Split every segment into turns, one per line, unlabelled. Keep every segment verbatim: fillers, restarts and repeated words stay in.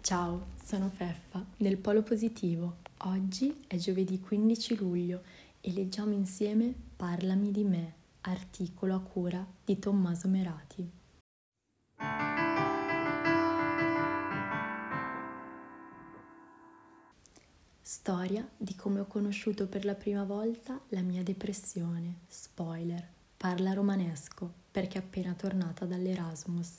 Ciao, sono Feffa, del Polo Positivo. Oggi è giovedì quindici luglio e leggiamo insieme Parlami di me, articolo a cura di Tommaso Merati. Storia di come ho conosciuto per la prima volta la mia depressione. Spoiler, parla romanesco perché appena tornata dall'Erasmus.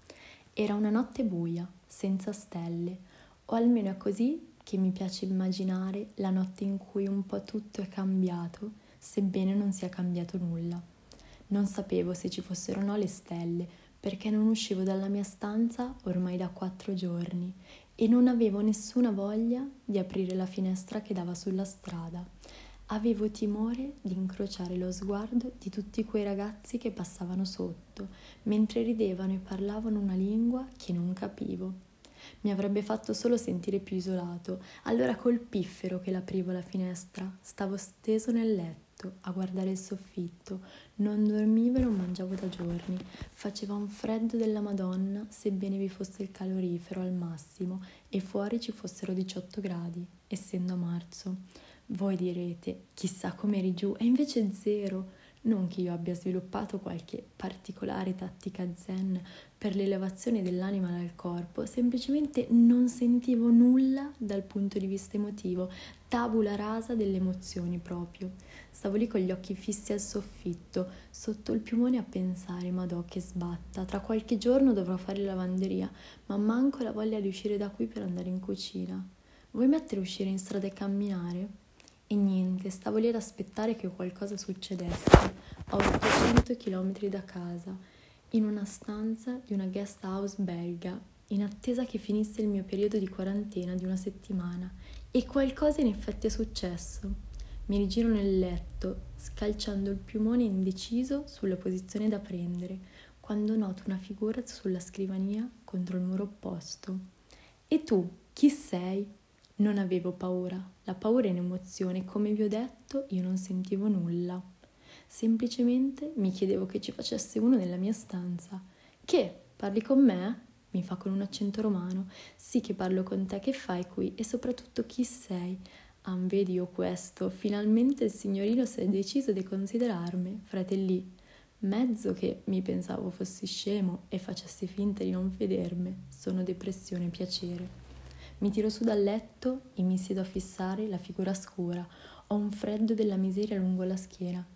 Era una notte buia, senza stelle, o almeno è così che mi piace immaginare la notte in cui un po' tutto è cambiato, sebbene non sia cambiato nulla. Non sapevo se ci fossero o no le stelle, perché non uscivo dalla mia stanza ormai da quattro giorni e non avevo nessuna voglia di aprire la finestra che dava sulla strada. Avevo timore di incrociare lo sguardo di tutti quei ragazzi che passavano sotto, mentre ridevano e parlavano una lingua che non capivo. Mi avrebbe fatto solo sentire più isolato. Allora col piffero che l'aprivo la finestra, stavo steso nel letto a guardare il soffitto. Non dormivo e non mangiavo da giorni. Faceva un freddo della Madonna, sebbene vi fosse il calorifero al massimo e fuori ci fossero diciotto gradi, essendo marzo. Voi direte, chissà come eri giù, e invece zero. Non che io abbia sviluppato qualche particolare tattica zen per l'elevazione dell'anima dal corpo, semplicemente non sentivo nulla dal punto di vista emotivo, tabula rasa delle emozioni proprio. Stavo lì con gli occhi fissi al soffitto, sotto il piumone a pensare, madò che sbatta, tra qualche giorno dovrò fare lavanderia, ma manco la voglia di uscire da qui per andare in cucina. Vuoi mettere a uscire in strada e camminare? E niente, stavo lì ad aspettare che qualcosa succedesse, a ottocento chilometri da casa, in una stanza di una guest house belga, in attesa che finisse il mio periodo di quarantena di una settimana. E qualcosa in effetti è successo. Mi rigiro nel letto, scalciando il piumone indeciso sulla posizione da prendere, quando noto una figura sulla scrivania contro il muro opposto. E tu, chi sei? Non avevo paura, la paura è un'emozione, come vi ho detto io non sentivo nulla. Semplicemente mi chiedevo che ci facesse uno nella mia stanza. Che? Parli con me? Mi fa con un accento romano. Sì che parlo con te, che fai qui? E soprattutto chi sei? Ah, vedi io questo, finalmente il signorino si è deciso di considerarmi, fratelli. Mezzo che mi pensavo fossi scemo e facessi finta di non vedermi. Sono depressione e piacere. Mi tiro su dal letto e mi siedo a fissare la figura scura. Ho un freddo della miseria lungo la schiena.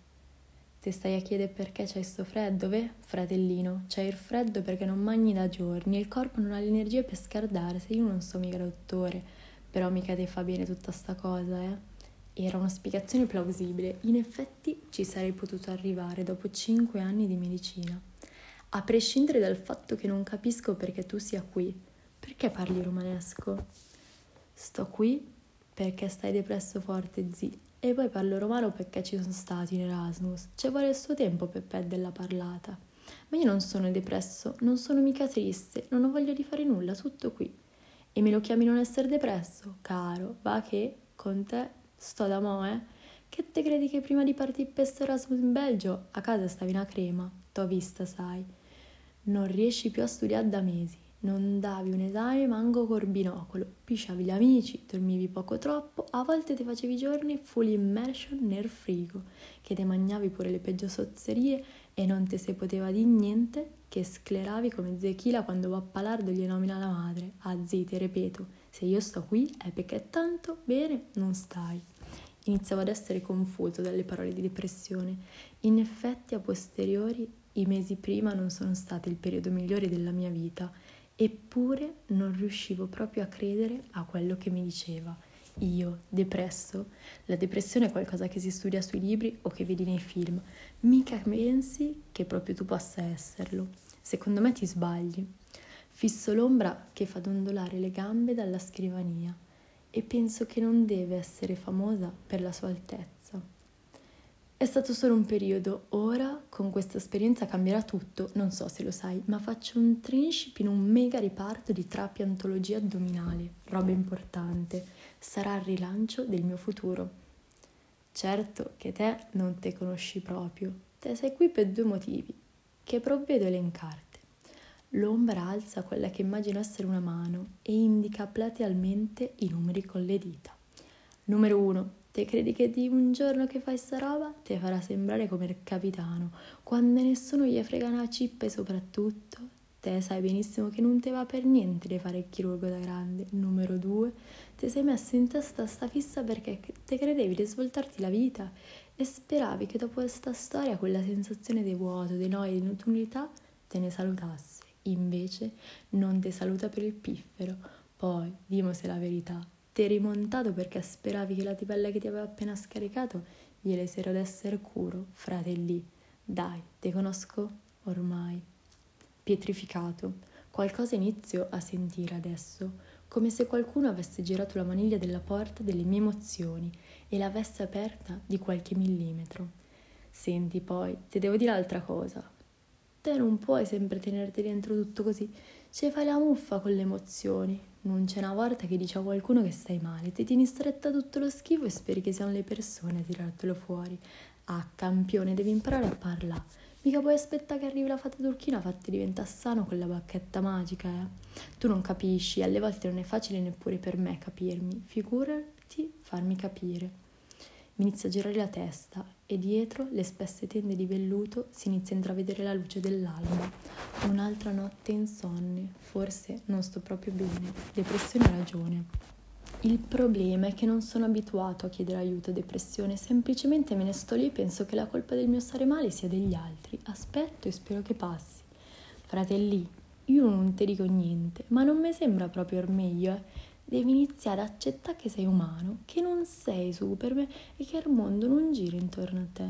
Te stai a chiedere perché c'hai sto freddo, ve? Fratellino, c'hai il freddo perché non mangi da giorni e il corpo non ha l'energia per scaldarsi. Io non so mica dottore, però mica te fa bene tutta sta cosa, eh? Era una spiegazione plausibile. In effetti ci sarei potuto arrivare dopo cinque anni di medicina. A prescindere dal fatto che non capisco perché tu sia qui. Perché parli romanesco? Sto qui perché stai depresso forte, zi. E poi parlo romano perché ci sono stati in Erasmus. Ci vuole il suo tempo per perdere la parlata. Ma io non sono depresso, non sono mica triste, non ho voglia di fare nulla, tutto qui. E me lo chiami non essere depresso? Caro, va che con te sto da mo', eh? Che te credi che prima di partire per sto Erasmus in Belgio a casa stavi una crema? T'ho vista, sai. Non riesci più a studiare da mesi. Non davi un esame manco col binocolo, pisciavi gli amici, dormivi poco troppo, a volte ti facevi giorni full immersion nel frigo, che te mangiavi pure le peggio sozzerie e non te se poteva di niente che scleravi come Zechila quando va a Palardo gli nomina la madre. Ah zi, ti ripeto, se io sto qui è perché tanto bene non stai. Iniziavo ad essere confuso dalle parole di depressione. In effetti, a posteriori, i mesi prima non sono stati il periodo migliore della mia vita. Eppure non riuscivo proprio a credere a quello che mi diceva. Io, depresso? La depressione è qualcosa che si studia sui libri o che vedi nei film. Mica pensi che proprio tu possa esserlo. Secondo me ti sbagli. Fisso l'ombra che fa dondolare le gambe dalla scrivania e penso che non deve essere famosa per la sua altezza. È stato solo un periodo, ora con questa esperienza cambierà tutto, non so se lo sai, ma faccio un traineeship in un mega riparto di trapiantologia addominale, roba importante, sarà il rilancio del mio futuro. Certo che te non te conosci proprio, te sei qui per due motivi, che provvedo a elencarti. L'ombra alza quella che immagino essere una mano e indica platealmente i numeri con le dita. Numero uno. Te credi che di un giorno che fai sta roba te farà sembrare come il capitano, quando nessuno gli frega una cippa e soprattutto te sai benissimo che non te va per niente di fare il chirurgo da grande. Numero due. Te sei messo in testa sta fissa perché te credevi di svoltarti la vita e speravi che dopo questa storia quella sensazione di vuoto, di noia, di inutilità te ne salutasse. Invece non te saluta per il piffero. Poi, dimmo se la verità, ti eri montato perché speravi che la tipella che ti aveva appena scaricato gliele sera d'essere curo, fratelli. Dai, te conosco ormai. Pietrificato, qualcosa inizio a sentire adesso, come se qualcuno avesse girato la maniglia della porta delle mie emozioni e l'avesse aperta di qualche millimetro. Senti poi, ti devo dire altra cosa. Te non puoi sempre tenerti dentro tutto così, ci fai la muffa con le emozioni. Non c'è una volta che dici a qualcuno che stai male, ti tieni stretta tutto lo schifo e speri che siano le persone a tirartelo fuori. Ah, campione, devi imparare a parlare. Mica puoi aspettare che arrivi la fata turchina a farti diventare sano con la bacchetta magica, eh. Tu non capisci, alle volte non è facile neppure per me capirmi, figurati farmi capire. Mi inizia a girare la testa e dietro le spesse tende di velluto si inizia a intravedere la luce dell'alba. Un'altra notte insonne, forse non sto proprio bene, depressione ha ragione. Il problema è che non sono abituato a chiedere aiuto a depressione, semplicemente me ne sto lì e penso che la colpa del mio stare male sia degli altri. Aspetto e spero che passi. Fratelli, io non ti dico niente, ma non mi sembra proprio il meglio, eh. Devi iniziare ad accettare che sei umano, che non sei Superman e che il mondo non gira intorno a te.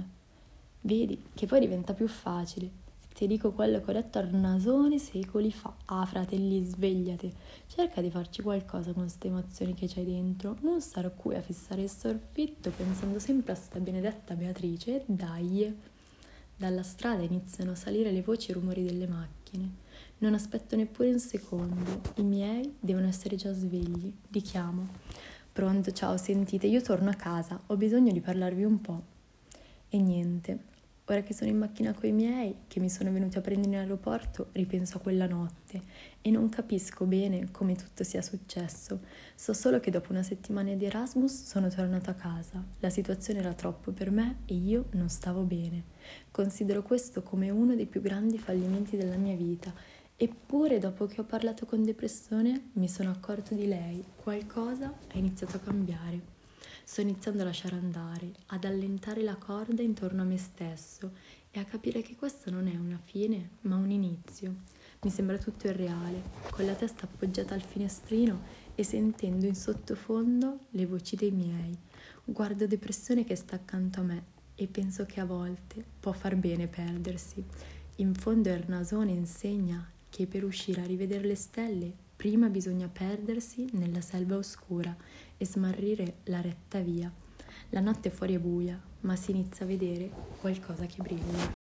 Vedi che poi diventa più facile. Ti dico quello che ho detto al nasone secoli fa. Ah, fratelli, svegliate. Cerca di farci qualcosa con queste emozioni che c'hai dentro. Non stare qui a fissare il soffitto pensando sempre a sta benedetta Beatrice. Dai. Dalla strada iniziano a salire le voci e i rumori delle macchine. Non aspetto neppure un secondo. I miei devono essere già svegli. Li chiamo. Pronto, ciao, sentite, io torno a casa. Ho bisogno di parlarvi un po'. E niente. Ora che sono in macchina coi miei, che mi sono venuti a prendere in aeroporto, ripenso a quella notte e non capisco bene come tutto sia successo. So solo che dopo una settimana di Erasmus sono tornata a casa. La situazione era troppo per me e io non stavo bene. Considero questo come uno dei più grandi fallimenti della mia vita. Eppure dopo che ho parlato con depressione mi sono accorto di lei. Qualcosa ha iniziato a cambiare. Sto iniziando a lasciare andare, ad allentare la corda intorno a me stesso e a capire che questa non è una fine, ma un inizio. Mi sembra tutto irreale, con la testa appoggiata al finestrino e sentendo in sottofondo le voci dei miei. Guardo depressione che sta accanto a me e penso che a volte può far bene perdersi. In fondo Ernasone insegna che per uscire a rivedere le stelle prima bisogna perdersi nella selva oscura e smarrire la retta via. La notte fuori è buia, ma si inizia a vedere qualcosa che brilla.